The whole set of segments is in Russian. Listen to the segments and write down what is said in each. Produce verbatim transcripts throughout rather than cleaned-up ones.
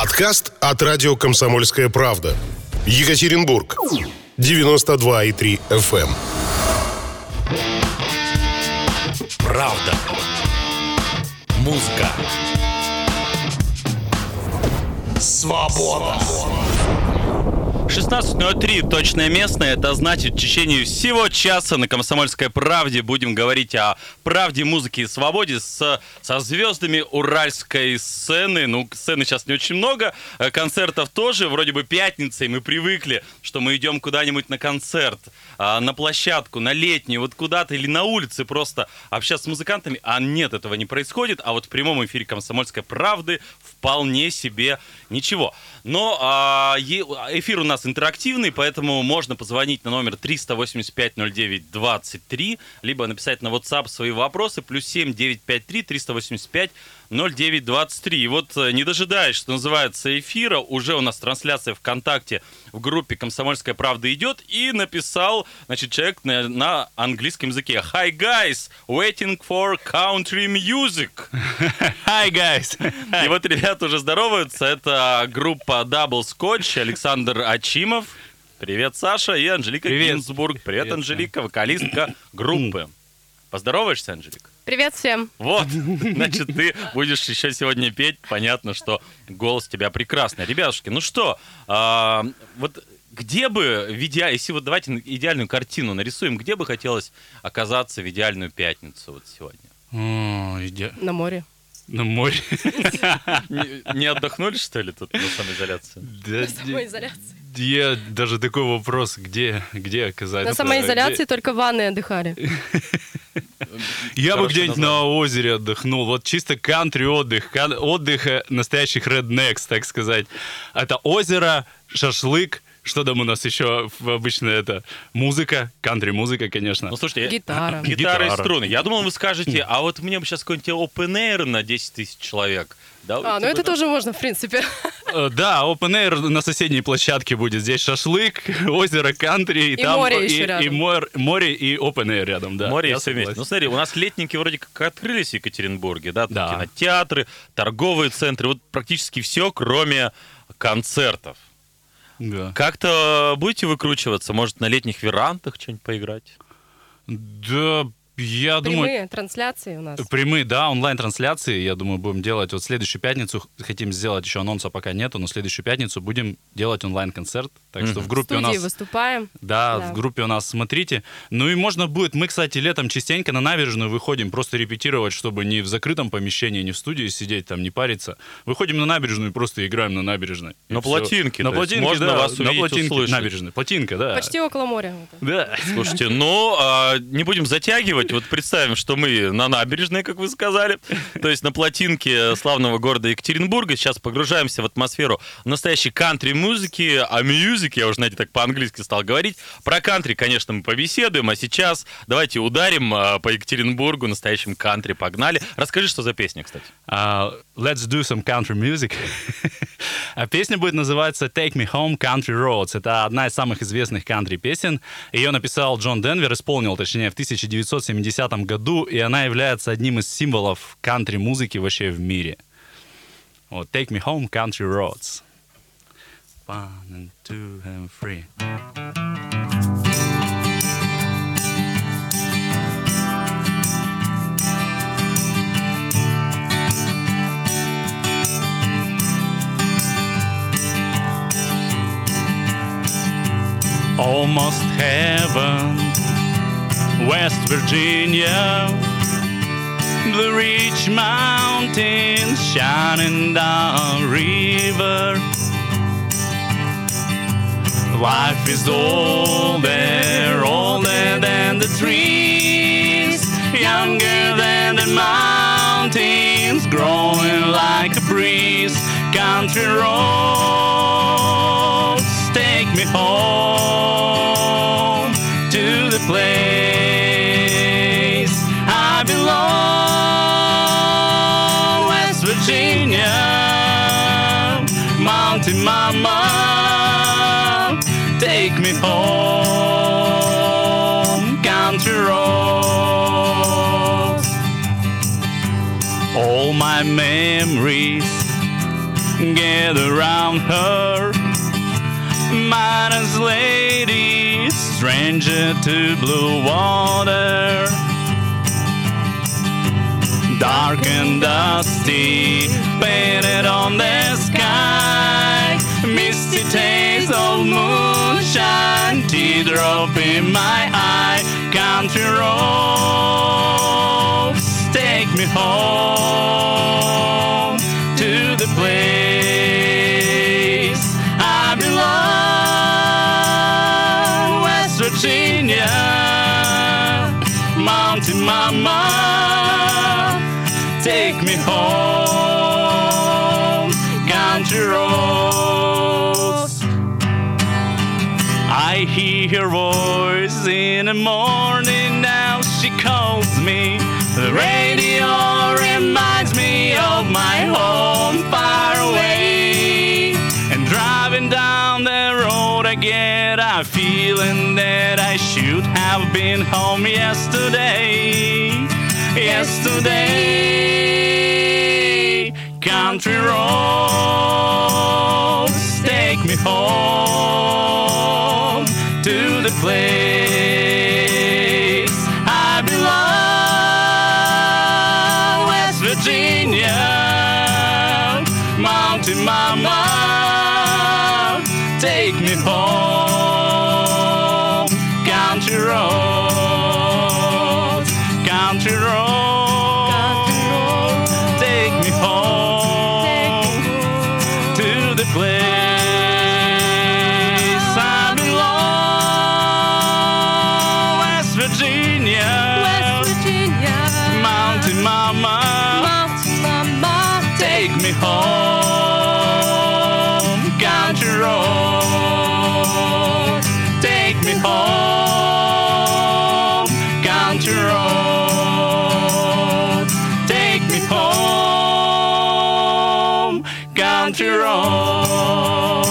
Подкаст от радио «Комсомольская правда». Екатеринбург. девяносто два и три эф эм. Правда. Музыка. Свобода. шестнадцать ноль три, точное местное, это значит в течение всего часа на «Комсомольской правде» будем говорить о правде, музыке и свободе с, со звездами уральской сцены. Ну, сцены сейчас не очень много, концертов тоже, вроде бы пятница, и мы привыкли, что мы идем куда-нибудь на концерт, на площадку, на летнюю, вот куда-то или на улице просто общаться с музыкантами, а нет, этого не происходит, а вот в прямом эфире «Комсомольской правды» вполне себе ничего. Но а, эфир у нас интерактивный, поэтому можно позвонить на номер триста восемьдесят пять ноль девять двадцать три, либо написать на WhatsApp свои вопросы, плюс семь девятьсот пятьдесят три триста восемьдесят пять ноль девять двадцать три. И вот, не дожидаясь, что называется, эфира, уже у нас трансляция ВКонтакте в группе «Комсомольская правда» идет, и написал, значит, человек на, на английском языке: Hi guys, waiting for country music. Hi guys. И вот ребята уже здороваются, это группа Double Scotch, Александр Ачимов. Привет, Саша, и Анжелика Привет. Гинзбург. Привет, Привет, Анжелика, вокалистка группы. Поздороваешься, Анжелика? Привет всем. Вот, значит, ты будешь еще сегодня петь. Понятно, что голос у тебя прекрасный. Ребятушки, ну что, а, вот где бы, в иде... если вот давайте идеальную картину нарисуем, где бы хотелось оказаться в идеальную пятницу вот сегодня? О, иде... На море. На море. Не, не отдохнули, что ли, тут на самоизоляции? Да, На самоизоляции. я даже такой вопрос, где, где оказаться? На самоизоляции только в ванной отдыхали. Я бы Хорошее где-нибудь название. на озере отдохнул. Вот чисто кантри отдых. Кан- Отдых э, настоящих rednecks, так сказать. Это озеро, шашлык. Что там у нас еще в- обычно это? Музыка, кантри-музыка, конечно. Ну, слушайте, Гитара. гитара и Гитара. струны. Я думал, вы скажете, а вот мне бы сейчас какой-нибудь open air на десять тысяч человек. Да, А, ну типа, это да? тоже можно, в принципе. Э, Да, open air на соседней площадке будет. Здесь шашлык, озеро, кантри. И там, море и, еще и рядом. мор- море и open air рядом, да. Море и Я все вместе. Ну, согласен. смотри, у нас летники вроде как открылись в Екатеринбурге, да? Тут Да. кинотеатры, торговые центры, вот практически все, кроме концертов. Да. Как-то будете выкручиваться? Может, на летних верандах что-нибудь поиграть? Да, я думаю... Прямые трансляции у нас. Прямые, да, онлайн-трансляции, я думаю, будем делать. Вот следующую пятницу хотим сделать, еще анонса пока нету, но следующую пятницу будем делать онлайн-концерт. Так что в В группе у студии нас... выступаем. Да, Да. в группе у нас смотрите. Ну и можно будет, мы, кстати, летом частенько на набережную выходим, просто репетировать, чтобы не в закрытом помещении, не в студии сидеть, там, не париться. Выходим на набережную и просто играем на набережной. И На всё. плотинке, На то есть плотинке, можно да, вас на увидеть, плотинке услышать. набережной. Плотинка, да. Почти около моря. Да. Слушайте, ну, а, не будем затягивать. Вот представим, что мы на набережной, как вы сказали, то есть на плотинке славного города Екатеринбурга. Сейчас погружаемся в атмосферу настоящей кантри-музыки, а мьюзик, я уже, знаете, так по-английски стал говорить. Про кантри, конечно, мы побеседуем, а сейчас давайте ударим а, по Екатеринбургу настоящим кантри. Погнали. Расскажи, что за песня, кстати. Uh, let's do some country music. А песня будет называться Take Me Home Country Roads. Это одна из самых известных кантри-песен. Ее написал Джон Денвер, исполнил, точнее, в тысяча девятьсот семидесятом году, и она является одним из символов кантри-музыки вообще в мире. Вот, Take Me Home Country Roads. One and two and three. Almost heaven, West Virginia, Blue Ridge Mountains, shining down river. Life is older, older than the trees, younger than the mountains, growing like a breeze. Country roads, take me home to the place I belong. West Virginia, Mountain Mama, take me home, country roads. All my memories get around her. Modest lady, stranger to blue water. Dark and dusty, painted on the sky. Misty taste of moonshine, teardrop in my eye. Country roads, take me home to the place I belong. West Virginia, Mountain Mama, take me home, country roads. I hear her voice in the morning, now she calls me. The radio reminds me of my home far away. And driving down the road I get a feeling that I should have been home yesterday. Yesterday, country roads, take me home to the place I belong. West Virginia, Mountain Mama, take me home, country roads, country roads. Home, country road, take me home, country road, take me home, country road.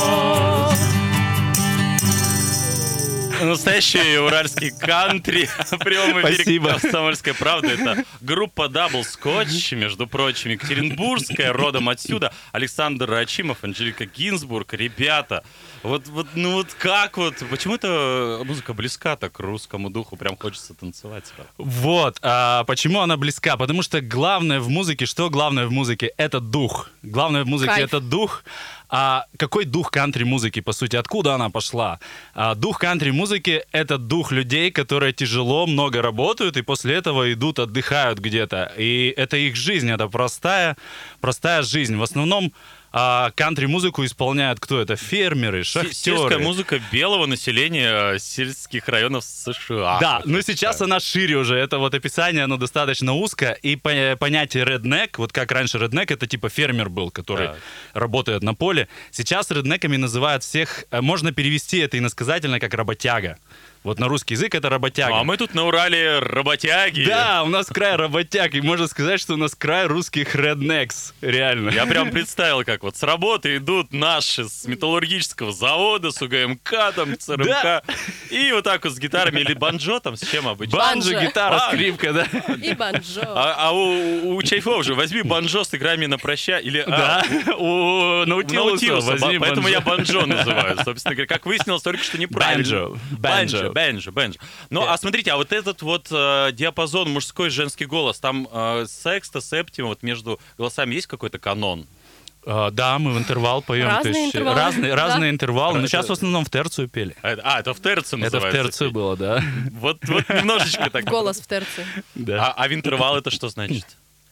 Настоящий уральский кантри в прямом эфире Спасибо. «Комсомольской правды». Это группа Double Scotch, между прочим, екатеринбургская, родом отсюда. Александр Ачимов, Анжелика Гинзбург. Ребята, вот, вот, ну вот как вот, почему эта музыка близка так к русскому духу? Прям хочется танцевать сразу. Вот, а почему она близка? Потому что главное в музыке, что главное в музыке? Это дух. Главное в музыке Кайф. это дух. А какой дух кантри-музыки, по сути? Откуда она пошла? А дух кантри-музыки — это дух людей, которые тяжело, много работают, и после этого идут, отдыхают где-то. И это их жизнь, это простая, простая жизнь. В основном а кантри-музыку исполняют кто это? Фермеры, шахтеры. Сельская музыка белого населения сельских районов США. Да, но сейчас она шире уже. Это вот описание, оно достаточно узко. И понятие redneck, вот как раньше redneck, это типа фермер был, который так. работает на поле. Сейчас реднеками называют всех, можно перевести это иносказательно как работяга. Вот на русский язык это работяга. Ну, а мы тут на Урале работяги. Да, у нас край работяг, и можно сказать, что у нас край русских rednecks, реально. Я прям представил, как вот с работы идут наши с металлургического завода, с УГМК, там, ЦРМК, Да. и вот так вот с гитарами или банджо, там, с чем обычно? Банджо, Банджо. гитара, Банджо. скрипка, да. И банджо. А, а у, у Чайфов же возьми банджо, сыграй мне на проща, или... Да, а, у у Наутилуса Наутилуса, возьми ба- поэтому банджо. я банджо называю, собственно говоря. Как выяснилось, только что неправильно. Банджо, банджо. Банджо, банджо. Ну, а смотрите, а вот этот вот э, диапазон мужской и женский голос, там э, секста, септима, вот между голосами есть какой-то канон? А, да, мы в интервал поем. Разные то есть интервалы. Разные, Да. разные интервалы. Но Это- сейчас в основном в терцию пели. А, это, а, это в терцию Это в называется. терцию было, да. Вот, вот немножечко так. Голос в терции. Да. А, а в интервал это что значит?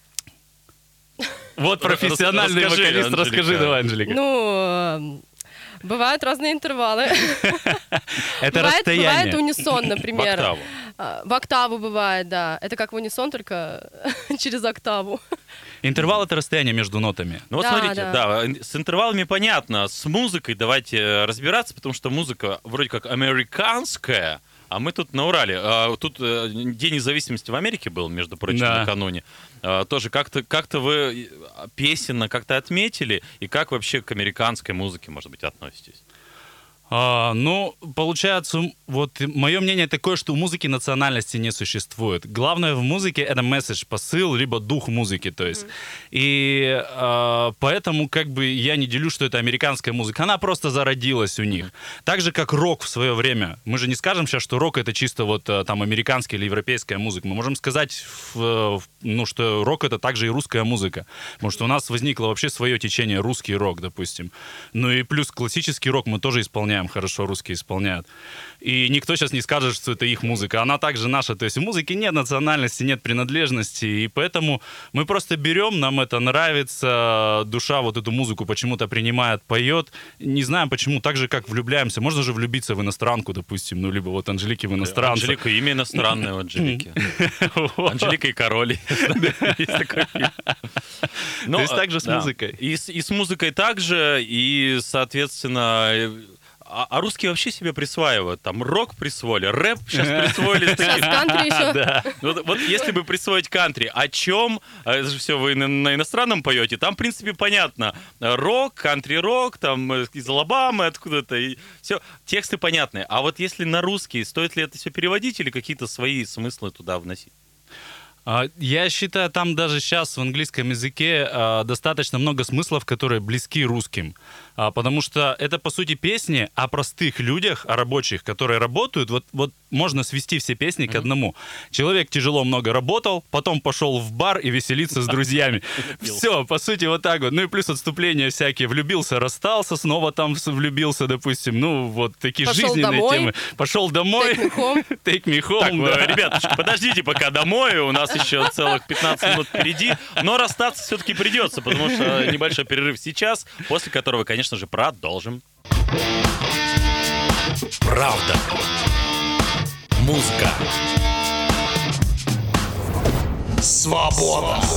Вот профессиональный Расскажи, вокалист, Анжелика. расскажи давай, Анжелика. Ну, э, бывают разные интервалы. Это бывает, бывает расстояние. унисон, В например. октаву. А, В октаву бывает, да. Это как в унисон, только через октаву. Интервал — это расстояние между нотами. Ну вот Да, смотрите, да. да, с интервалами понятно, с музыкой давайте э, разбираться, потому что музыка вроде как американская, а мы тут на Урале. А, Тут э, День независимости в Америке был, между прочим, Да. накануне. А, Тоже как-то как-то вы песенно как-то отметили, и как вообще к американской музыке, может быть, относитесь? А, ну, получается, вот мое мнение такое, что у музыки национальности не существует. Главное в музыке — это месседж, посыл, либо дух музыки, то есть. Mm-hmm. И а, поэтому как бы я не делю, что это американская музыка. Она просто зародилась у них. Mm-hmm. Так же, как рок в свое время. Мы же не скажем сейчас, что рок — это чисто вот там американская или европейская музыка. Мы можем сказать, в, ну, что рок — это также и русская музыка. Потому что у нас возникло вообще свое течение, русский рок, допустим. Ну и плюс классический рок мы тоже исполняем хорошо, русские исполняют. И никто сейчас не скажет, что это их музыка. Она также наша. То есть в музыке нет национальности, нет принадлежности. И поэтому мы просто берем, нам это нравится, душа вот эту музыку почему-то принимает, поет. Не знаем почему, так же, как влюбляемся. Можно же влюбиться в иностранку, допустим, ну, либо вот Анжелики в иностранца. Анжелика, имя иностранное у Анжелики. Анжелика и король. Есть такой фильм. То есть так же с музыкой. И с музыкой также, и, соответственно... А, а русские вообще себе присваивают. Там рок присвоили, рэп сейчас присвоили. Сейчас кантри еще. Да. Вот, вот если бы присвоить кантри, о чем? Это же все вы на, на иностранном поете. Там, в принципе, понятно. Рок, кантри-рок, там из Алабамы откуда-то. И все. Тексты понятные. А вот если на русский, стоит ли это все переводить или какие-то свои смыслы туда вносить? Я считаю, там даже сейчас в английском языке а, достаточно много смыслов, которые близки русским. А, потому что это, по сути, песни о простых людях, о рабочих, которые работают. Вот, вот можно свести все песни mm-hmm. к одному. Человек тяжело много работал, потом пошел в бар и веселиться с друзьями. Все, по сути, вот так вот. Ну и плюс отступления всякие. Влюбился, расстался, снова там влюбился, допустим. Ну, вот такие жизненные темы. Пошел домой. Take me home. Take me home, да. Ребяточки, подождите пока домой. У нас еще целых пятнадцать минут впереди. Но расстаться все-таки придется, потому что небольшой перерыв сейчас, после которого, конечно же, продолжим. Правда. Музыка. Свобода.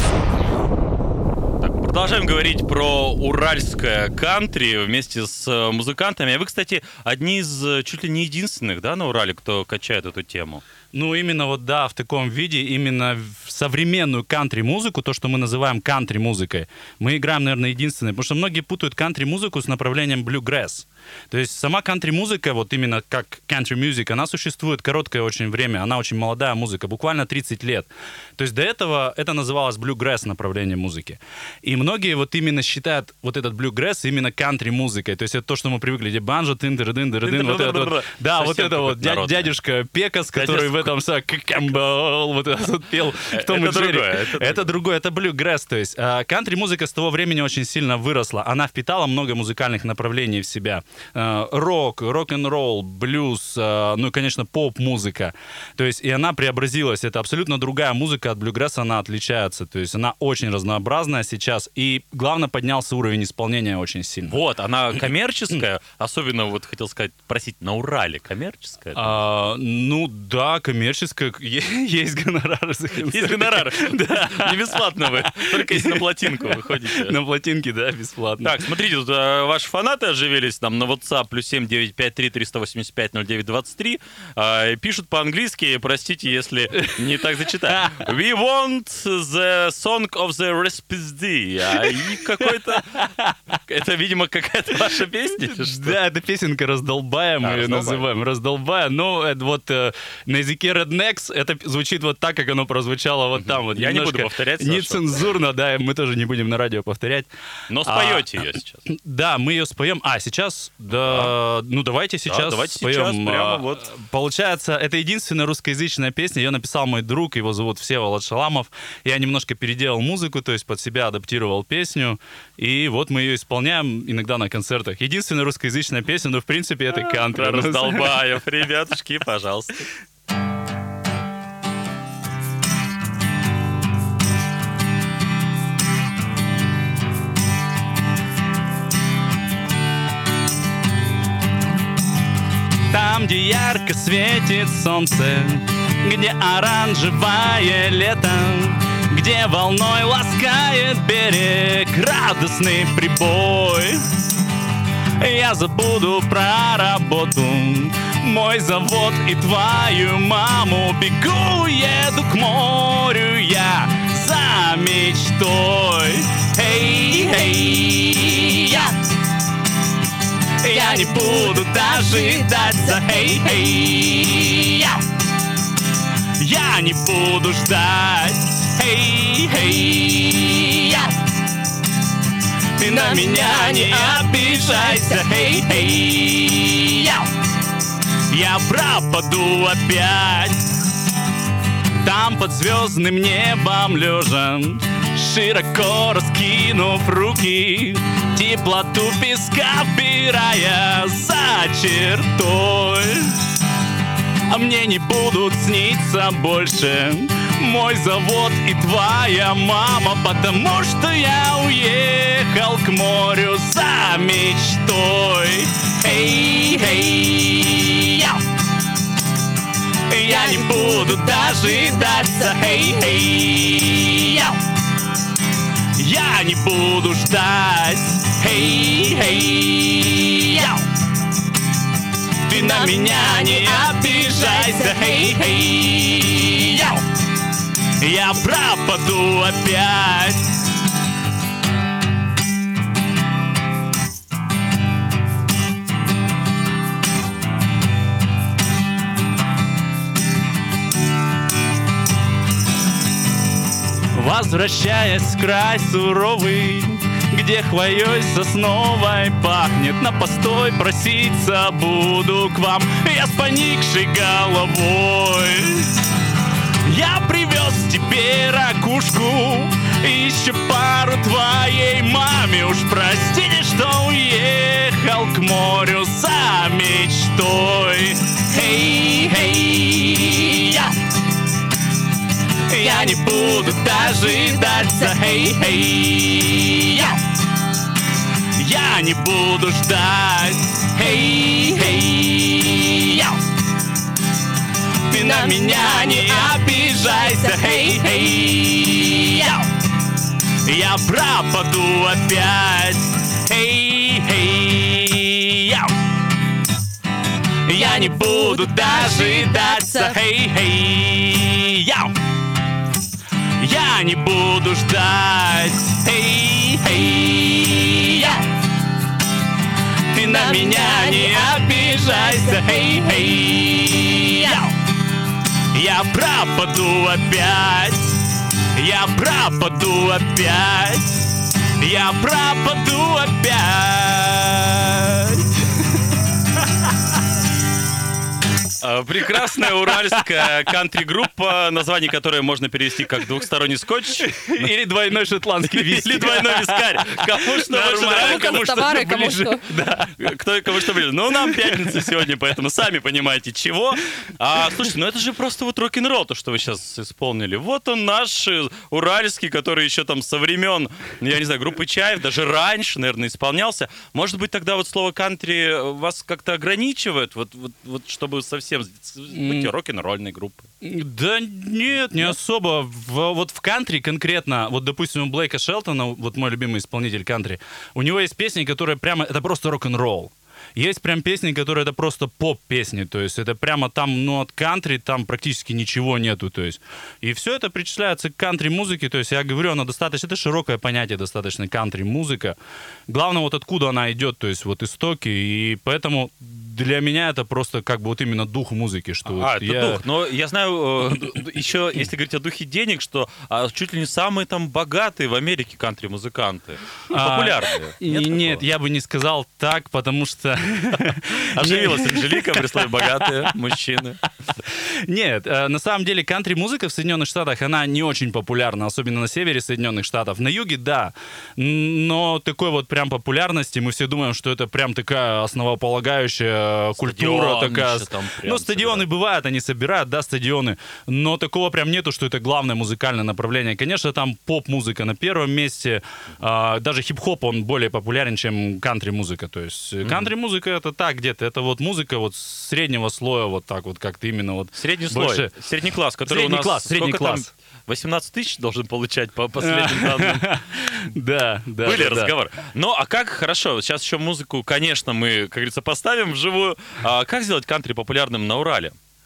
Так, продолжаем говорить про уральское кантри вместе с музыкантами. А вы, кстати, одни из чуть ли не единственных, да, на Урале, кто качает эту тему? Ну, именно вот, да, в таком виде, именно в современную кантри-музыку, то, что мы называем кантри-музыкой, мы играем, наверное, единственные, потому что многие путают кантри-музыку с направлением блюграсс. То есть сама кантри-музыка, вот именно как кантри-мюзик, она существует короткое очень время, она очень молодая музыка, буквально тридцать лет. То есть до этого это называлось блюграсс направление музыки. И многие вот именно считают вот этот блюграсс именно кантри-музыкой. То есть это то, что мы привыкли, где банджо, тын-дыр-дын-дыр-дын, вот это вот. Да, вот это вот дядюшка Пекас, который в этом Кэмпбелл, вот этот вот пел в том и Джерри. Это другое, это блюграсс. То есть кантри-музыка с того времени очень сильно выросла. Она впитала много музыкальных направлений в себя. Рок, рок-н-ролл, блюз, ну и, конечно, поп-музыка. То есть и она преобразилась. Это абсолютно другая музыка от блюграсса, она отличается. То есть она очень разнообразная сейчас. И, главное, поднялся уровень исполнения очень сильно. Вот, она коммерческая, особенно, вот хотел сказать, просить, на Урале коммерческая? А, ну да, коммерческая. Есть гонорары за концерт. Есть гонорары? Да. Не бесплатно вы, только если на плотинку вы ходите. На плотинке, да, бесплатно. Так, смотрите, тут а, ваши фанаты оживились там на WhatsApp плюс семь девять пять три триста восемьдесят пять ноль девять двадцать три. А, пишут по-английски, простите, если не так зачитаю. We want the song of the Respizdi. А, и какой-то... Это, видимо, какая-то ваша песня? Да, это песенка «Раздолбая», мы ее называем. «Раздолбая». Ну, это вот э, на языке Rednecks это звучит вот так, как оно прозвучало вот там. Вот, я не буду повторять. Нецензурно, да, мы тоже не будем на радио повторять. Но споете а, ее сейчас. Да, мы ее споем. А, сейчас? Да, да. Ну, давайте сейчас да, давайте споем. Сейчас, прямо вот. Получается, это единственная русскоязычная песня. Ее написал мой друг, его зовут Всеволод Шаламов. Я немножко переделал музыку, то есть под себя адаптировал песню. И вот мы ее исполняем иногда на концертах. Единственная русскоязычная песня, но в принципе это кантри. Раздолбаев, ребятушки, пожалуйста. Там, где ярко светит солнце, где оранжевое лето, где волной ласкает берег радостный прибой. Я забуду про работу, мой завод и твою маму. Бегу, еду к морю я за мечтой. Эй, эй, я, я не буду дожидаться, хей-хей. Я не буду ждать, хей-хей. Ты на меня не обижайся, хей-хей. Я пропаду опять. Там под звездным небом лежа, широко раскинув руки, теплоту песка вбирая за чертой. А мне не будут сниться больше мой завод и твоя мама, потому что я уехал к морю за мечтой. Эй-эй, я не буду дожидаться, эй-эй, я не буду ждать, эй-эй, ты на меня не обижайся, эй-эй, я пропаду опять. Возвращаясь в край суровый, где хвоей сосновой пахнет, на постой проситься буду к вам я с поникшей головой. Я привез тебе ракушку и еще пару твоей маме. Уж простите, что уехал к морю за мечтой. Эй-эй, я Я не буду дожидаться, эй-эй, я Я не буду ждать, эй-эй, я ты на меня не обижайся, эй-эй, я я пропаду опять, эй-эй, я я не буду дожидаться, эй-эй, я я не буду ждать, эй-эй, я ты на меня не обижайся, эй-эй, я я пропаду опять, я пропаду опять, я пропаду опять. Прекрасная уральская кантри-группа, название которой можно перевести как двухсторонний скотч. Или двойной шотландский виски. Или двойной вискарь. Кому что больше нравится, кому что ближе. Да, кто кому что ближе. Ну, нам пятница сегодня, поэтому сами понимаете, чего. А, слушайте, ну это же просто вот рок-н-ролл, то, что вы сейчас исполнили. Вот он наш уральский, который еще там со времен, я не знаю, группы Чаев, даже раньше, наверное, исполнялся. Может быть, тогда вот слово кантри вас как-то ограничивает, вот, вот, вот чтобы совсем быть рок-н-ролльной группой? Да нет, не особо. В, вот в кантри конкретно, вот, допустим, у Блейка Шелтона, вот мой любимый исполнитель кантри, у него есть песни, которые прямо, это просто рок-н-ролл. Есть прям песни, которые это просто поп-песни, то есть это прямо там, ну, от кантри там практически ничего нету, то есть. И все это причисляется к кантри-музыке, то есть я говорю, она достаточно, это широкое понятие достаточно, кантри-музыка. Главное, вот откуда она идет, то есть вот истоки, и поэтому для меня это просто как бы вот именно дух музыки, что а, вот это я... дух. Но я знаю еще, если говорить о духе денег, что чуть ли не самые там богатые в Америке кантри-музыканты. И популярные. Нет, нет, я бы не сказал так, потому что... Оживилась Анжелика, при слове богатые мужчины. Нет, на самом деле кантри-музыка в Соединенных Штатах, она не очень популярна, особенно на севере Соединенных Штатов. На юге, да, но такой вот прям популярности, мы все думаем, что это прям такая основополагающая культура такая. Ну, стадионы бывают, они собирают, да, стадионы, но такого прям нету, что это главное музыкальное направление. Конечно, там поп-музыка на первом месте, а, даже хип-хоп, он более популярен, чем кантри-музыка. То есть mm-hmm. кантри-музыка это так где-то, это вот музыка вот среднего слоя, вот так вот как-то именно вот. Средний больше... слой, средний класс, который средний у нас... класс, средний класс. Там? восемнадцать тысяч должен получать по последним данным. Да, да. Были разговоры. Ну, а как, хорошо, сейчас еще музыку, конечно, мы, как говорится, поставим вживую. А как сделать кантри популярным на Урале?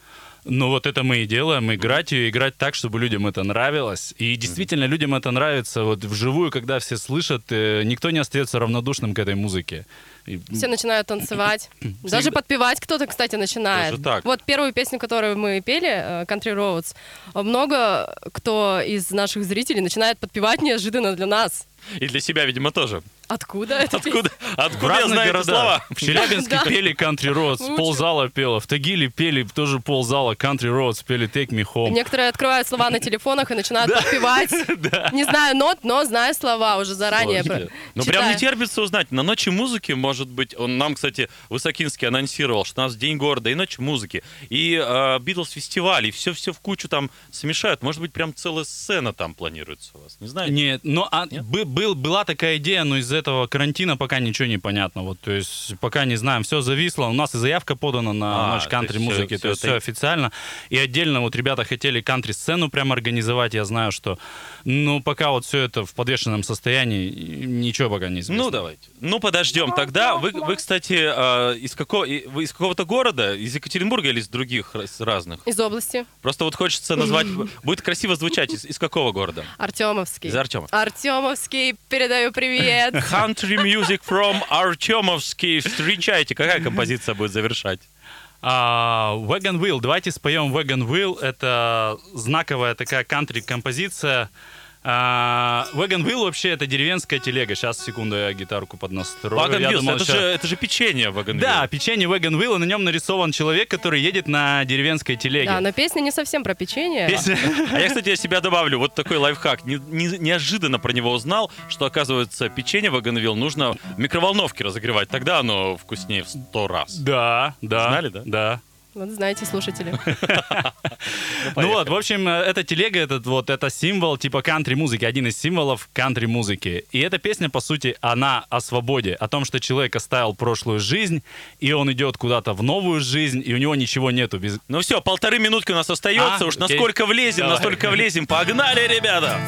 Ну вот это мы и делаем, играть ее, играть так, чтобы людям это нравилось. И действительно людям это нравится. Вот вживую, когда все слышат, э, никто не остается равнодушным к этой музыке. И... Все начинают танцевать. Даже подпевать кто-то, кстати, начинает. Даже так. Вот первую песню, которую мы пели, э, Country Roads, много кто из наших зрителей начинает подпевать неожиданно для нас. И для себя, видимо, тоже. Откуда это? Откуда, В откуда я разных знаю эти городах. слова? В Челябинске Да. пели Country Roads, Лучше. ползала пела. В Тагиле пели тоже ползала Country Roads, пели Take Me Home. Некоторые открывают слова на телефонах и начинают подпевать. Не знаю нот, но знаю слова уже заранее. Слушайте, про- ну прям не читаю. терпится узнать. На Ночи музыки, может быть, он нам, кстати, Высокинский анонсировал, что у нас День города и Ночь музыки, и Битлз фестиваль, и все-все в кучу там смешают. Может быть, прям целая сцена там планируется у вас. Не знаю. Нет, но а, Нет? бы- был, была такая идея, но из-за этого карантина пока ничего не понятно. Вот, то есть пока не знаем, все зависло. У нас и заявка подана на А, Ночь то кантри есть всё- музыки, всё то есть это- все официально. И отдельно вот ребята хотели кантри-сцену прям организовать. Я знаю, что, ну, пока вот все это в подвешенном состоянии, и ничего пока не известно. Ну, давайте. Ну, подождем тогда. Вы, вы кстати, э, из, какого, и- вы из какого-то города? Из Екатеринбурга или из других раз- разных? Из области. Просто вот хочется назвать... Будет красиво звучать. Из, из какого города? Артемовский. Из Артема. Артемовский, передаю привет. Country music from Артемовский. Встречайте. Какая композиция будет завершать? А, Wagon Wheel. Давайте споем Wagon Wheel. Это знаковая такая кантри-композиция. А, Wagon Wheel вообще это деревенская телега. Сейчас, секунду, я гитарку поднастрою. Wagon Я Wheels, думал, это, щас- же, это же печенье Wagon Да, Wheel. печенье Wagon Wheel, и на нем нарисован человек, который едет на деревенской телеге. Да, но песня не совсем про печенье. Песня- А я, кстати, я себя добавлю. Вот такой лайфхак. Не- не- неожиданно про него узнал, что, оказывается, печенье Wagon Wheel нужно в микроволновке разогревать. Тогда оно вкуснее в сто раз. Да, да. Знали, да? Да. Вот знаете, слушатели. Ну вот, в общем, э, эта телега, этот вот, это символ типа кантри-музыки, один из символов кантри-музыки. И эта песня, по сути, она о свободе, о том, что человек оставил прошлую жизнь, и он идет куда-то в новую жизнь, и у него ничего нету без... Ну все, полторы минутки у нас остается. А, Уж окей. насколько влезем, Давай. настолько влезем. Погнали, ребята!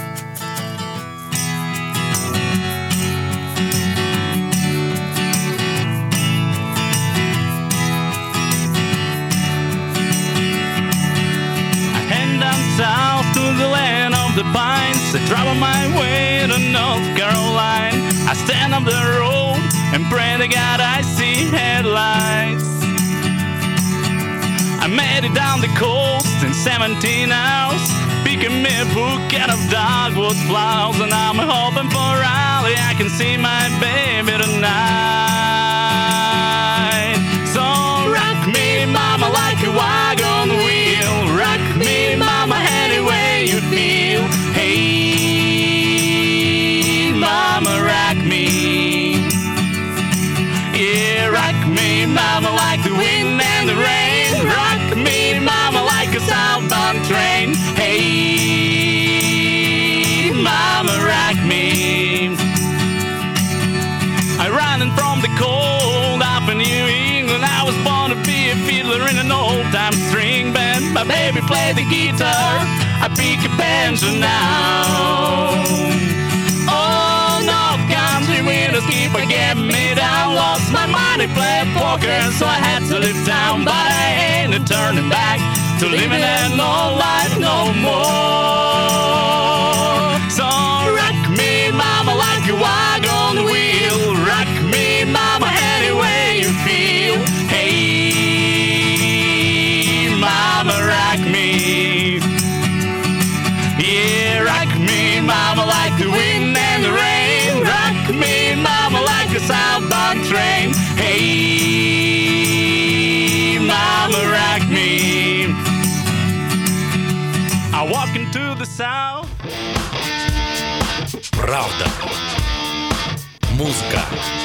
I head down south to the land of the pines. I travel my way to North Carolina. I stand up the road and pray to God I see headlights. I made it down the coast in seventeen hours, picking me a bouquet of dogwood flowers, and I'm hoping for Raleigh I can see my baby tonight. So rock me, mama, like a wagon wheel. Rock me, mama, any way you feel. Hey, mama, rock me. Yeah, rock me, mama, like the wind and the rain. Rock me, mama, like a southbound train. Hey, mama, rock me. I ran in from the cold up in New England. I was born to be a fiddler in an old-time string band. My baby played the guitar, I pick a banjo now. Oh, North Country winters keep a getting me down. Lost my money playing poker, so I had to leave town. But I ain't a turning back to living that no life no more. So rock me, mama, like a wagon wheel. Rock me, mama, any way you feel. Hey, mama, rock me. Yeah, rock me, mama, like the wind and the rain. Rock me, mama, like a southbound train. Hey, mama, rock me. I walk into the south. Правда. Музыка.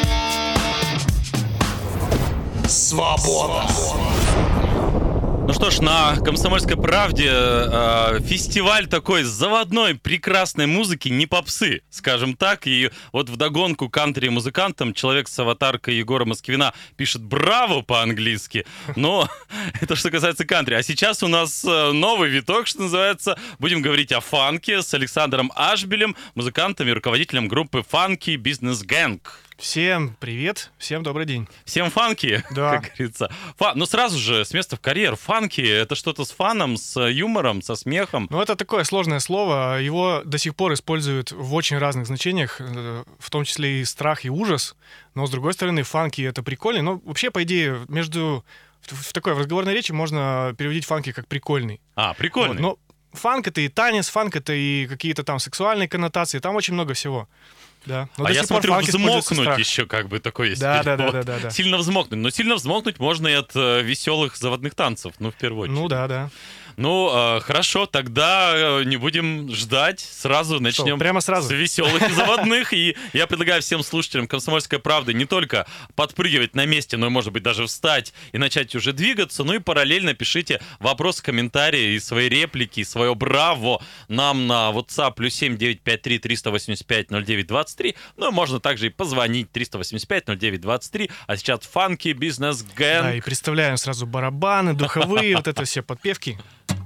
Свобода. Ну что ж, на «Комсомольской правде» э, фестиваль такой заводной, прекрасной музыки, не попсы, скажем так. И вот вдогонку кантри-музыкантам человек с аватаркой Егора Москвина пишет «Браво» по-английски. Но это что касается кантри. А сейчас у нас э, новый виток, что называется. Будем говорить о фанке с Александром Ашбелем, музыкантом и руководителем группы «Funky Business Gang». Всем привет, всем добрый день. Всем фанки, Да. как говорится. Фа- Ну, сразу же, с места в карьер. Фанки — это что-то с фаном, с юмором, со смехом. Ну, это такое сложное слово. Его до сих пор используют в очень разных значениях, э, в том числе и страх, и ужас. Но, с другой стороны, фанки — это прикольно. Но вообще, по идее, между... В в такой в разговорной речи можно переводить фанки как прикольный. А, прикольно. Вот, но фанк — это и танец, фанк — это и какие-то там сексуальные коннотации. Там очень много всего. Да. Но а до я сих пор смотрю, фанк используется взмокнуть страх. еще как бы такой есть. Да, да, да, перевод. да, да, да. Сильно взмокнуть. Но сильно взмокнуть можно и от э, веселых заводных танцев, ну, в первую очередь. Ну да, да. Ну, э, хорошо, тогда э, не будем ждать, сразу начнем прямо сразу? с веселых и заводных. И я предлагаю всем слушателям «Комсомольской правды» не только подпрыгивать на месте, но и, может быть, даже встать и начать уже двигаться, ну и параллельно пишите вопросы, комментарии и свои реплики, и свое браво нам на WhatsApp плюс семь девять пять три триста восемьдесят пять ноль девять двадцать три. Ну и можно также и позвонить триста восемьдесят пять ноль девять двадцать три. А сейчас фанки, бизнес, гэнг. Да, и представляем сразу барабаны, духовые, вот это все подпевки.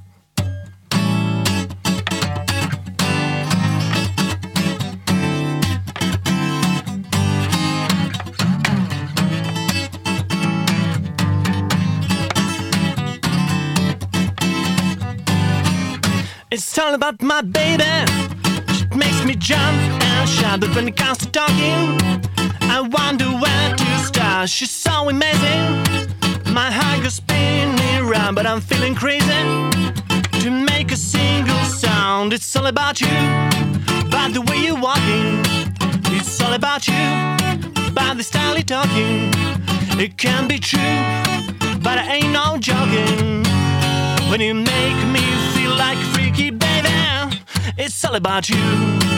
It's all about my baby. She makes me jump and shout, but when it comes to talking, I wonder where to start. She's so amazing. My heart goes spinning round, but I'm feeling crazy to make a single sound. It's all about you, by the way you're walking. It's all about you, by the style you're talking. It can be true, but I ain't no joking. When you make me feel like a freaky baby, it's all about you.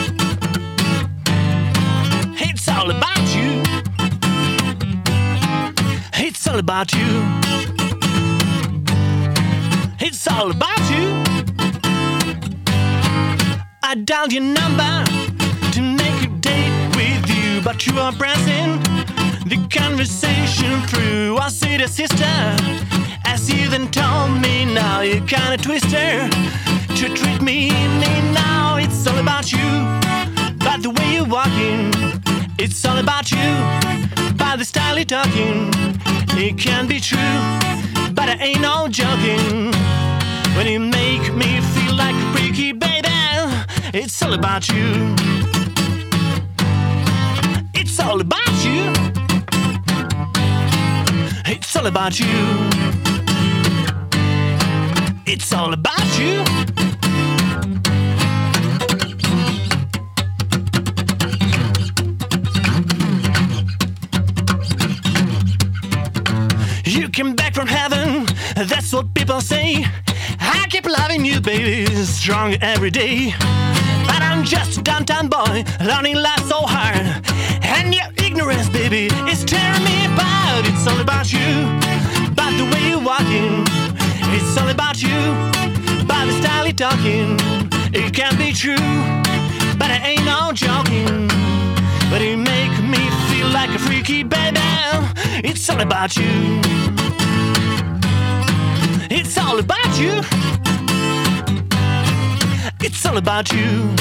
It's all about you. It's all about you. It's all about you. I dialed your number to make a date with you, but you are pressing the conversation through. I see the sister, as you then told me now you're kinda twister to treat me, me now. It's all about you, by the way you're walking. It's all about you, by the style you're talking. It can be true, but I ain't no joking. When you make me feel like a freaky baby, it's all about you. It's all about you. It's all about you. It's all about you. You came back from heaven, that's what people say. I keep loving you, baby, strong every day. But I'm just a downtown boy, learning life so hard. And your ignorance, baby, is tearing me apart. It's all about you, by the way you're walking. It's all about you, by the style you're talking. It can be true, but I ain't no joking. But you make me feel like a freaky baby. It's all about you. It's all about you. It's all about you.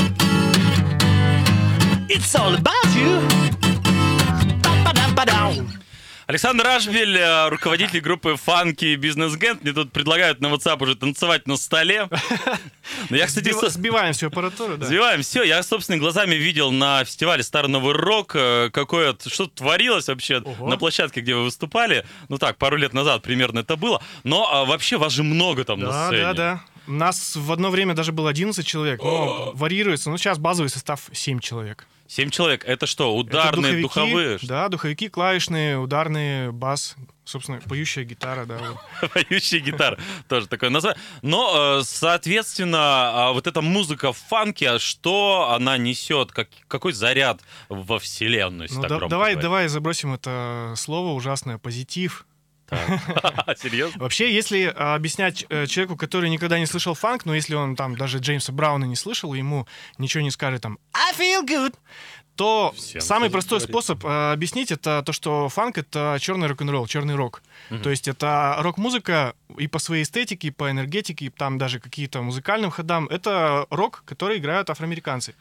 It's all about you. Ba-ba-da-ba-down. Александр Ашбель, э, руководитель группы «Фанки Бизнес Гэнг». Мне тут предлагают на WhatsApp уже танцевать на столе. Но я, кстати, Сбива- со- Сбиваем всю аппаратуру, да. Сбиваем все. Я собственными глазами видел на фестивале «Старый Новый Рок», э, какое что творилось вообще Ого. на площадке, где вы выступали. Ну так, пару лет назад примерно это было. Но а, вообще вас же много там на Да, сцене. да, да. У нас в одно время даже было одиннадцать человек, но варьируется. Ну, сейчас базовый состав семь человек. Семь человек. Это что, Это ударные, духовики, духовые? Да, духовики, клавишные, ударные, бас, собственно, поющая гитара, да. вот. Поющая гитара. Тоже такое название. Но, э, соответственно, а вот эта музыка в фанке, что она несет? Как, какой заряд во вселенную, если Ну, так да- громко давай, говорить? давай забросим это слово ужасное, позитив. Серьезно? Вообще, если а, объяснять э, человеку, который никогда не слышал фанк, но если он там даже Джеймса Брауна не слышал, и ему ничего не скажет там «I feel good», то Всем самый тоже простой говорит. способ э, объяснить это то, что фанк — это черный рок-н-ролл, черный рок. То есть это рок-музыка и по своей эстетике, и по энергетике, и там даже какие-то музыкальным ходам. Это рок, который играют афроамериканцы,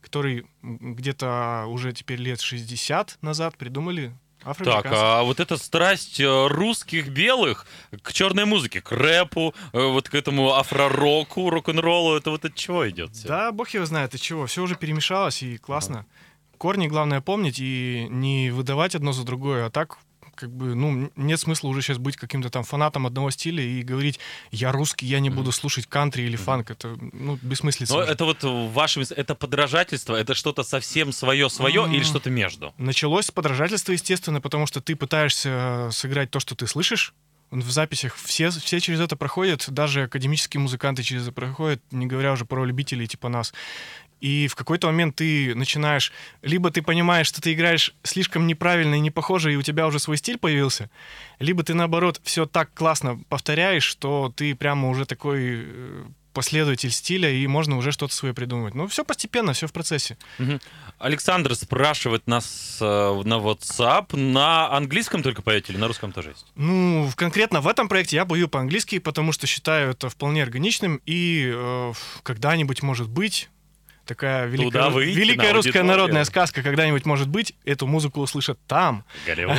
который где-то уже теперь лет шестьдесят назад придумали. Так, а вот эта страсть русских белых к черной музыке, к рэпу, вот к этому афро-року, рок-н-роллу, это вот от чего идет все? Да, бог его знает, от чего. Все уже перемешалось, и классно. Ага. Корни главное помнить и не выдавать одно за другое, а так... Как бы, ну, нет смысла уже сейчас быть каким-то там фанатом одного стиля и говорить, я русский, я не буду слушать кантри или фанк. Это, ну, бессмыслица. Но это вот в вашем... Это подражательство? Это что-то совсем свое-свое mm-hmm. или что-то между? Началось с подражательства, естественно, потому что ты пытаешься сыграть то, что ты слышишь. В записях все, все через это проходят, даже академические музыканты через это проходят, не говоря уже про любителей типа нас. И в какой-то момент ты начинаешь... Либо ты понимаешь, что ты играешь слишком неправильно и не похоже, и у тебя уже свой стиль появился, либо ты, наоборот, все так классно повторяешь, что ты прямо уже такой последователь стиля, и можно уже что-то свое придумывать. Ну, все постепенно, все в процессе. Угу. Александр спрашивает нас э, на WhatsApp. На английском только поете или на русском тоже есть? Ну, конкретно в этом проекте я пою по-английски, потому что считаю это вполне органичным, и э, когда-нибудь, может быть... Такая великая, выйти, великая русская народная сказка когда-нибудь, может быть, эту музыку услышат там. Голливуд.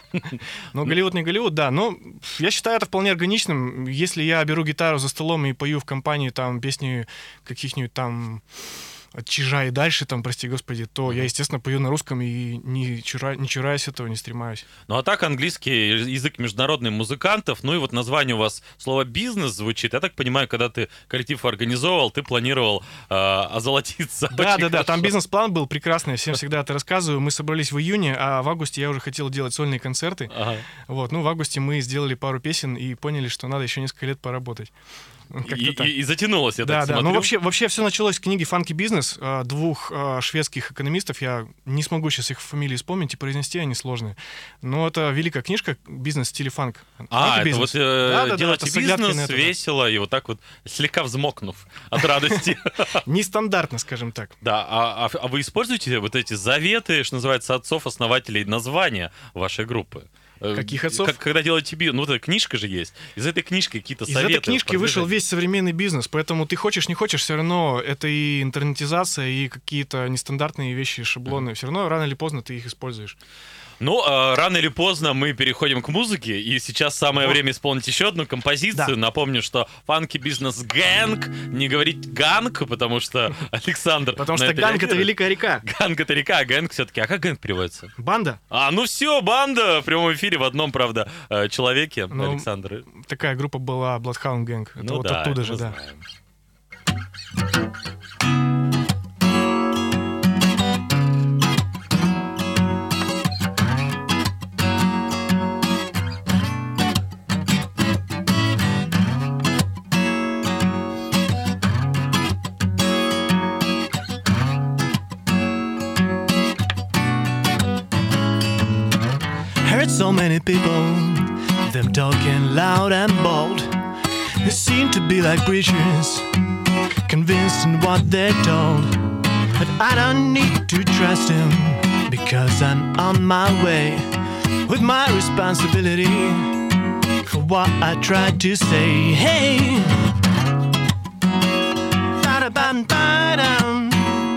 Ну, Голливуд не Голливуд, да. Но я считаю это вполне органичным. Если я беру гитару за столом и пою в компании там песни каких-нибудь там... от Чижа и дальше, там, прости господи, то mm-hmm. я, естественно, пою на русском и не, чура... не чураюсь этого, не стремаюсь. Ну, а так английский язык международных музыкантов, ну и вот название у вас слово «бизнес» звучит. Я так понимаю, когда ты коллектив организовывал, ты планировал э, озолотиться. Да-да-да, там бизнес-план был прекрасный, я всем всегда это рассказываю. Мы собрались в июне, а в августе я уже хотел делать сольные концерты. Ага. Вот, ну, в августе мы сделали пару песен и поняли, что надо еще несколько лет поработать. И, и, и затянулось, я да, так да. смотрю. Ну, вообще, вообще все началось с книги «Фанки бизнес» двух шведских экономистов. Я не смогу сейчас их фамилии вспомнить и произнести, они сложные. Но это великая книжка «Бизнес в стиле фанк». А, это вот э, да, делать да, бизнес весело и вот так вот слегка взмокнув от радости. Нестандартно, скажем так. Да, а вы используете вот эти заветы, что называется, отцов-основателей названия вашей группы? Каких отцов? Как, когда делаете бизнес, ну, вот эта книжка же есть. Из этой книжки какие-то советы. Из этой книжки вышел весь современный бизнес, поэтому ты хочешь, не хочешь, все равно это и интернетизация, и какие-то нестандартные вещи, шаблоны. Mm-hmm. Все равно рано или поздно ты их используешь. Ну, э, рано или поздно мы переходим к музыке, и сейчас самое вот. время исполнить еще одну композицию. Да. Напомню, что «Фанки Бизнес Гэнг», не говорить «ганг», потому что Александр... Потому что ганг — это великая река. Ганг — это река, а гэнг все-таки... А как гэнг переводится? Банда. А, ну все, банда в прямом эфире в одном, правда, человеке, ну, Александр. Такая группа была Bloodhound Gang. Это ну вот да, оттуда же, да. So many people, them talking loud and bold. They seem to be like preachers, convinced in what they're told. But I don't need to trust them, because I'm on my way with my responsibility for what I tried to say. Hey, ba-da-ba-ba-dum.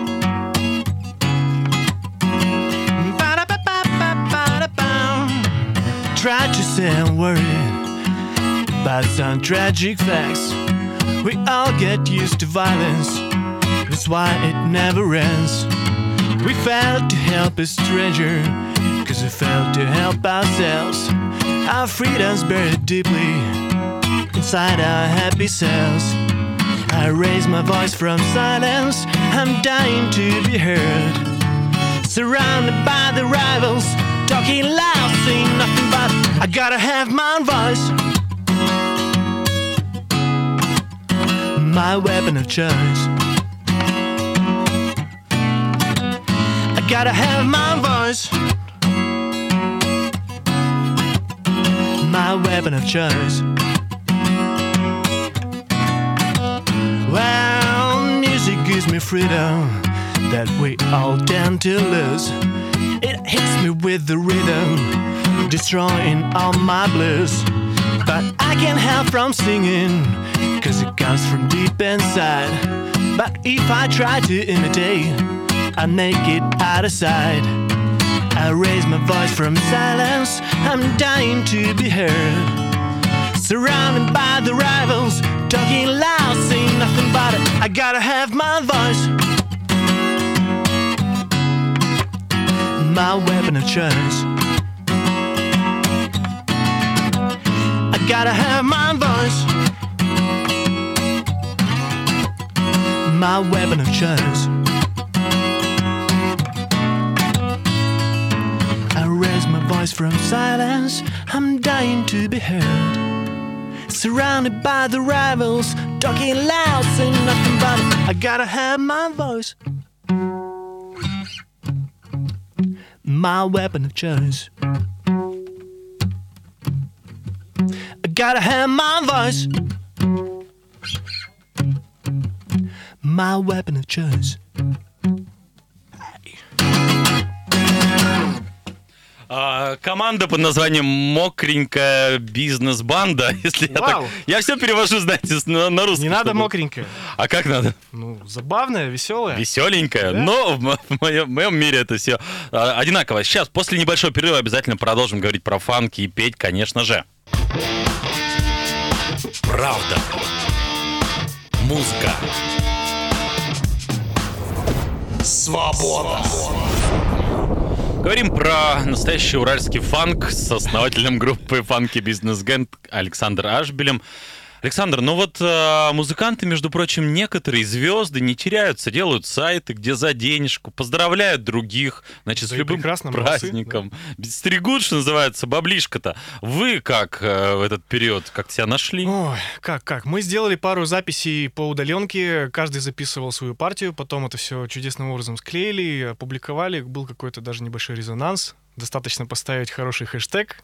Tried to say I'm worried about some tragic facts. We all get used to violence, that's why it never ends. We failed to help a stranger, cause we failed to help ourselves. Our freedom's buried deeply inside our happy selves. I raise my voice from silence, I'm dying to be heard. Surrounded by the rivals, talking loud, saying nothing but I gotta have my own voice. My weapon of choice. I gotta have my own voice. My weapon of choice. Well, music gives me freedom that we all tend to lose. It hits me with the rhythm, destroying all my blues. But I can't help from singing, cause it comes from deep inside. But if I try to imitate, I naked out of sight. I raise my voice from silence, I'm dying to be heard. Surrounded by the rivals, talking loud, saying nothing but it. I gotta have my voice, my weapon of choice. I gotta have my voice, my weapon of choice. I raise my voice from silence, I'm dying to be heard. Surrounded by the rivals, talking loud, saying nothing but it. I gotta have my voice, my weapon of choice. I gotta have my voice, my weapon of choice. А, команда под названием «Мокренькая бизнес-банда». Если я так... Я все перевожу, знаете, на, на русский. Не надо чтобы... мокренькая. А как надо? Ну, забавная, веселая. Веселенькая. Да? Но в, в, моем, в моем мире это все а, одинаково. Сейчас, после небольшого перерыва, обязательно продолжим говорить про фанки и петь, конечно же. Правда. Музыка. Свобода. Говорим про настоящий уральский фанк с основателем группы «Фанки Бизнес Гэнг» Александром Ашбелем. Александр, ну вот э, музыканты, между прочим, некоторые звезды не теряются, делают сайты, где за денежку, поздравляют других, значит, да, с любым праздником. Да. Стригут, что называется, баблишко-то. Вы как э, в этот период, как себя нашли? Ой, как, как? Мы сделали пару записей по удаленке, каждый записывал свою партию, потом это все чудесным образом склеили, опубликовали, был какой-то даже небольшой резонанс, достаточно поставить хороший хэштег.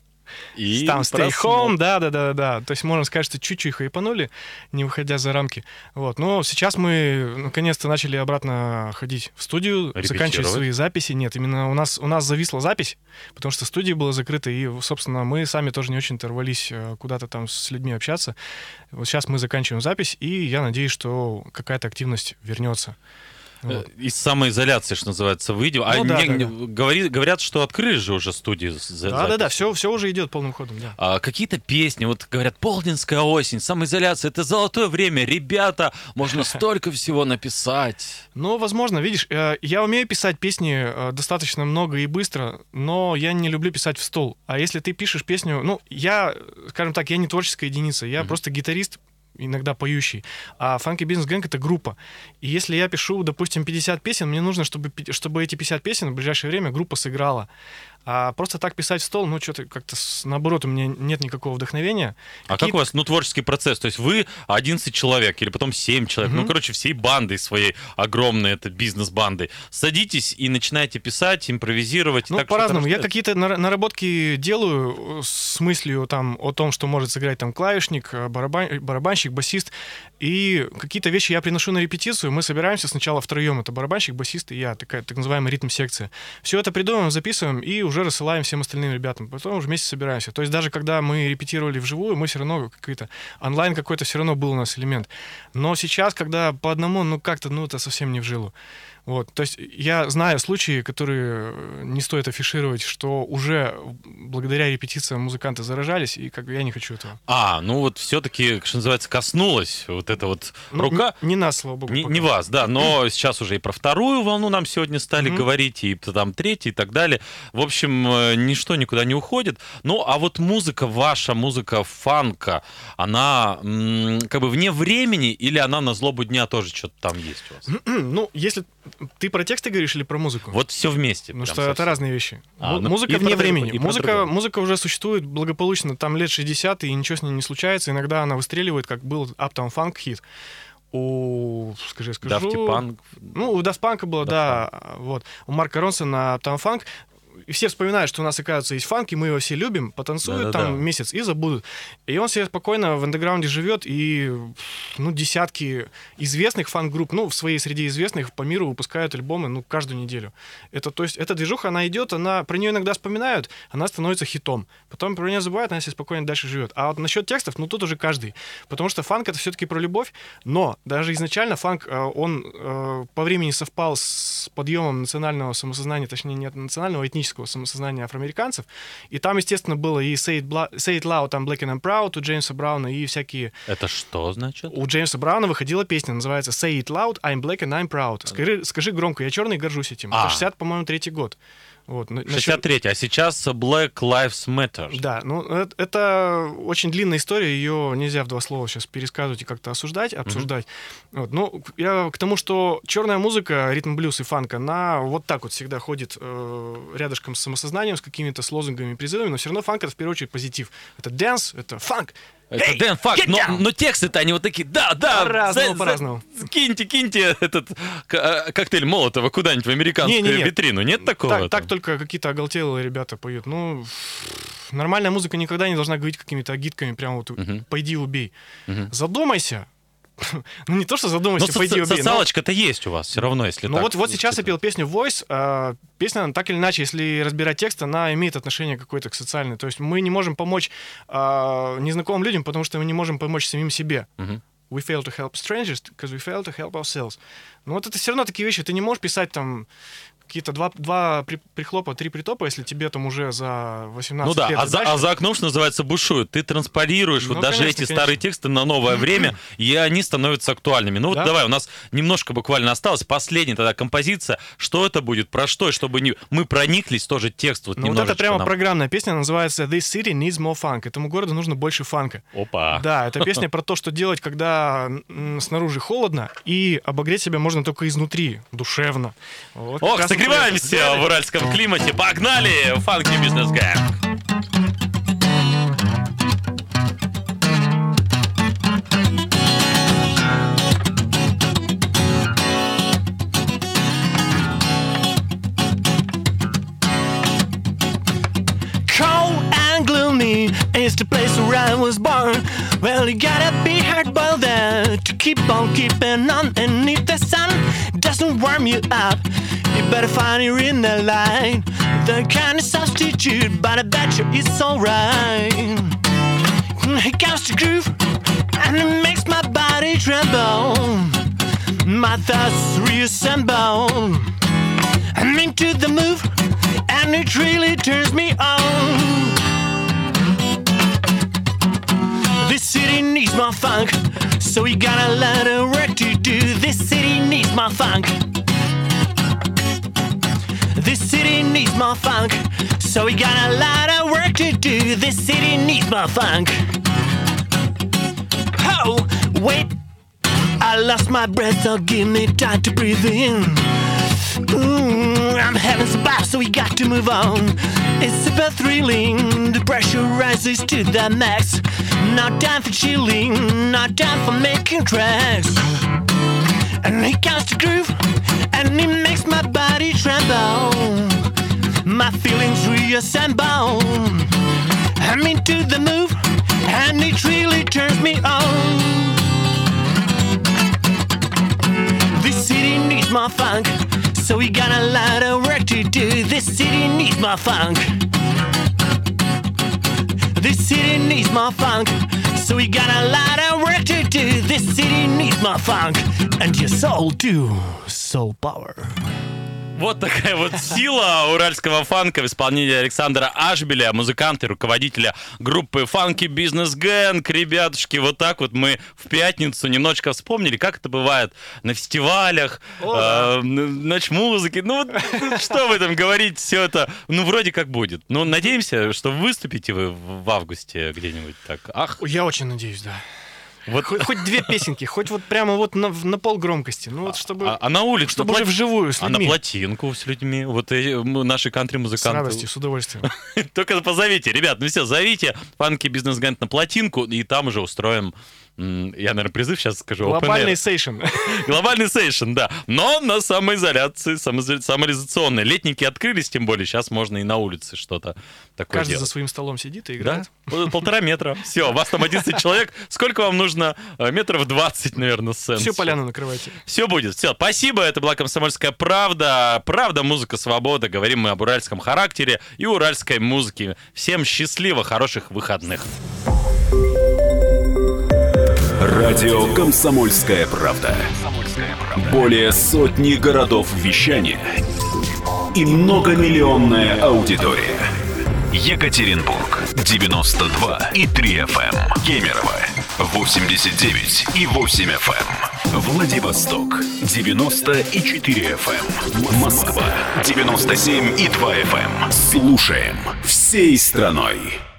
И там stay home, да, да, да, да. То есть можно сказать, что чуть-чуть хайпанули, не выходя за рамки. Вот. Но сейчас мы наконец-то начали обратно ходить в студию, заканчивать свои записи. Нет, именно у нас у нас зависла запись, потому что студия была закрыта, и, собственно, мы сами тоже не очень-то рвались куда-то там с людьми общаться. Вот сейчас мы заканчиваем запись, и я надеюсь, что какая-то активность вернется. Вот. Из самоизоляции, что называется, выйдем. Ну, а да, не, да, да. Говори, говорят, что открыли же уже студию. Да, да, да, все, все уже идет полным ходом. Да. А, какие-то песни, вот говорят, полденская осень, самоизоляция, это золотое время, ребята, можно столько всего написать. Ну, возможно, видишь, я умею писать песни достаточно много и быстро, но я не люблю писать в стол. А если ты пишешь песню, ну, я, скажем так, я не творческая единица, я mm-hmm. просто гитарист, иногда поющий, а Funky Business Gang — это группа. И если я пишу, допустим, пятьдесят песен, мне нужно, чтобы, чтобы эти пятьдесят песен в ближайшее время группа сыграла. А просто так писать в стол, ну, что-то как-то, наоборот, у меня нет никакого вдохновения. А Какие-то... как у вас, ну, творческий процесс? То есть вы одиннадцать человек или потом семь человек, mm-hmm. ну, короче, всей бандой своей огромной, это бизнес-бандой, садитесь и начинаете писать, импровизировать? Ну, так, по-разному. Я какие-то наработки делаю с мыслью там о том, что может сыграть там клавишник, барабан... барабанщик, басист, и какие-то вещи я приношу на репетицию, мы собираемся сначала втроем, это барабанщик, басист и я, такая так называемая ритм-секция. Все это придумываем, записываем и уже рассылаем всем остальным ребятам. Потом уже вместе собираемся. То есть даже когда мы репетировали вживую, мы все равно какой-то онлайн какой-то все равно был у нас элемент. Но сейчас, когда по одному, ну как-то, ну это совсем не в жилу. Вот. То есть я знаю случаи, которые не стоит афишировать, что уже благодаря репетициям музыканты заражались, и как бы я не хочу этого. А, ну вот все-таки, что называется, коснулась вот эта вот ну, рука. Не, не нас, слава богу. Не, не вас, да, но сейчас уже и про вторую волну нам сегодня стали mm-hmm. говорить, и там третью, и так далее. В общем, ничто никуда не уходит. Ну, а вот музыка ваша, музыка фанка, она м- как бы вне времени, или она на злобу дня тоже что-то там есть у вас? Ну, если... Ты про тексты говоришь или про музыку? Вот все вместе. Ну что, совсем. Это разные вещи. А, ну, музыка вне времени. И музыка, музыка уже существует благополучно там лет шестьдесят, и ничего с ней не случается. Иногда она выстреливает, как был Uptown Funk хит. У, скажи, скажу... Daft Punk. Ну, у Daft Punk было, Daft да. Punk. Вот. У Марка Ронсона Uptown Funk. и все вспоминают, что у нас, оказывается, есть фанк, и мы его все любим, потанцуют Да-да-да. там месяц и забудут. И он себе спокойно в андеграунде живет, и ну, десятки известных фанк-групп, ну, в своей среде известных по миру выпускают альбомы, ну, каждую неделю. Это, то есть, эта движуха, она идет, она, про нее иногда вспоминают, она становится хитом. Потом про нее забывают, она себе спокойно дальше живет. А вот насчет текстов, ну, тут уже каждый. Потому что фанк — это все-таки про любовь, но даже изначально фанк, э, он э, по времени совпал с подъемом национального самосознания, точнее, не национального, а этнического самосознания афроамериканцев. И там, естественно, было и Say It, Bla- Say It Loud, там Black and I'm Proud у Джеймса Брауна, и всякие... Это что значит? У Джеймса Брауна выходила песня, называется Say It Loud, I'm Black and I'm Proud. Скажи, скажи громко, я черный и горжусь этим. А. Это шестьдесят, по-моему, третий год. Вот. на- насчет- шестьдесят третий, а сейчас Black Lives Matter. Да, ну это, это очень длинная история, ее нельзя в два слова сейчас пересказывать и как-то осуждать, обсуждать. Вот, ну, я к тому, что черная музыка, ритм, блюз и фанк, она вот так вот всегда ходит э, рядышком с самосознанием, с какими-то с лозунгами, призывами, но все равно фанк — это в первую очередь позитив. Это дэнс, это фанк. Это Hey, Дэн, факт, get но, down! но тексты-то они вот такие, да, да, По-разному, за- за- по-разному. киньте, киньте этот к- э, коктейль Молотова куда-нибудь в американскую Не-не-не. витрину, нет такого? Так, там? так только какие-то оголтелые ребята поют. Ну, нормальная музыка никогда не должна говорить какими-то агитками, прям вот Мгм. «пойди убей». Мгм. Задумайся. Ну, не то, что Но задумайся, пойди соци- убей. но- социалочка-то есть у вас все равно, если Ну так. вот, вот сейчас я считать. пел песню Voice. а, песня, она, так или иначе, если разбирать текст, она имеет отношение какое-то к социальной. То есть мы не можем помочь а, незнакомым людям, потому что мы не можем помочь самим себе. Мгм. We fail to help strangers because we fail to help ourselves. Ну вот это все равно такие вещи. Ты не можешь писать там какие-то два, два при- прихлопа, три притопа, если тебе там уже за восемнадцать Ну да, лет. а и за, дальше. а за окном, что называется, бушует. Ты транспарируешь Ну, вот даже конечно, эти конечно. старые тексты на новое время, и они становятся актуальными. Ну вот Да. давай, у нас немножко буквально осталось. Последняя тогда композиция. Что это будет, про что, и чтобы не... мы прониклись тоже текст вот Ну вот немножечко это прямо нам. программная песня, называется This City Needs More Funk. Этому городу нужно больше фанка. Опа. Да, это песня про то, что делать, когда м, снаружи холодно, и обогреть себя можно только изнутри, душевно. Вот как Ох, раз вот согреваемся это. в уральском климате. Погнали! Фанки Бизнес Гэнг. Cold and gloomy is the place where I was born. Well, you gotta be hard-boiled there to keep on keeping on. And if the sun doesn't warm you up, you better find your inner light. The kind of substitute, but I bet you it's alright. Here comes the groove, and it makes my body tremble. My thoughts reassemble. I'm into the move, and it really turns me on. This city needs more funk, so we got a lot of work to do. This city needs more funk. This city needs more funk, so we got a lot of work to do. This city needs more funk. Oh, wait, I lost my breath, so give me time to breathe in. Ooh, I'm having some bouts, so we got to move on. It's super thrilling, the pressure rises to the max. No time for chilling, no time for making tracks. And here comes the groove, and it makes my body tremble. My feelings reassemble. I'm into the move, and it really turns me on. This city needs more funk, so we got a lot of work to do. This city needs more funk. This city needs more funk, so we got a lot of work to do. This city needs more funk, and your soul too, soul power. Вот такая вот сила уральского фанка в исполнении Александра Ашбеля, музыканта и руководителя группы Funky Business Gang. Ребятушки, вот так вот мы в пятницу немножечко вспомнили, как это бывает на фестивалях, О, э, ночь музыки. Ну, вот, что в этом говорить, все это, ну, вроде как будет. Ну, надеемся, что выступите вы в августе где-нибудь так. Ах, Я очень надеюсь, да. вот... Хоть, хоть две песенки, хоть вот прямо вот на, на пол громкости. Ну вот чтобы, А, а на улице, чтобы на уже плат- вживую с а на людьми. плотинку с людьми, вот эти, м, наши С кантри-музыканты. радостью, с удовольствием. Только позовите, ребят, ну все, зовите Funky Business Gang на плотинку, и там уже устроим м, я, наверное, призыв сейчас скажу. Глобальный open air. сейшн. Глобальный сейшн, да. Но на самоизоляции, самоизоля- самоизоляционной. Летники открылись, тем более, сейчас можно и на улице что-то такое Каждый делать. за своим столом сидит и Да? играет. Пол- Полтора метра. Все, вас там одиннадцать человек. Сколько вам нужно? Э, Метров двадцать, наверное, сцен. Всю поляну накрывайте. Все будет. Все, спасибо. Это была «Комсомольская правда». Правда, музыка, свобода. Говорим мы об уральском характере и уральской музыке. Всем счастливо, хороших выходных. Радио «Комсомольская правда». Более сотни городов вещания и многомиллионная аудитория. Екатеринбург девяносто два и три эф эм, Кемерово восемьдесят девять и восемь эф эм, Владивосток девяносто и четыре эф эм, Москва девяносто семь и два эф эм. Слушаем всей страной.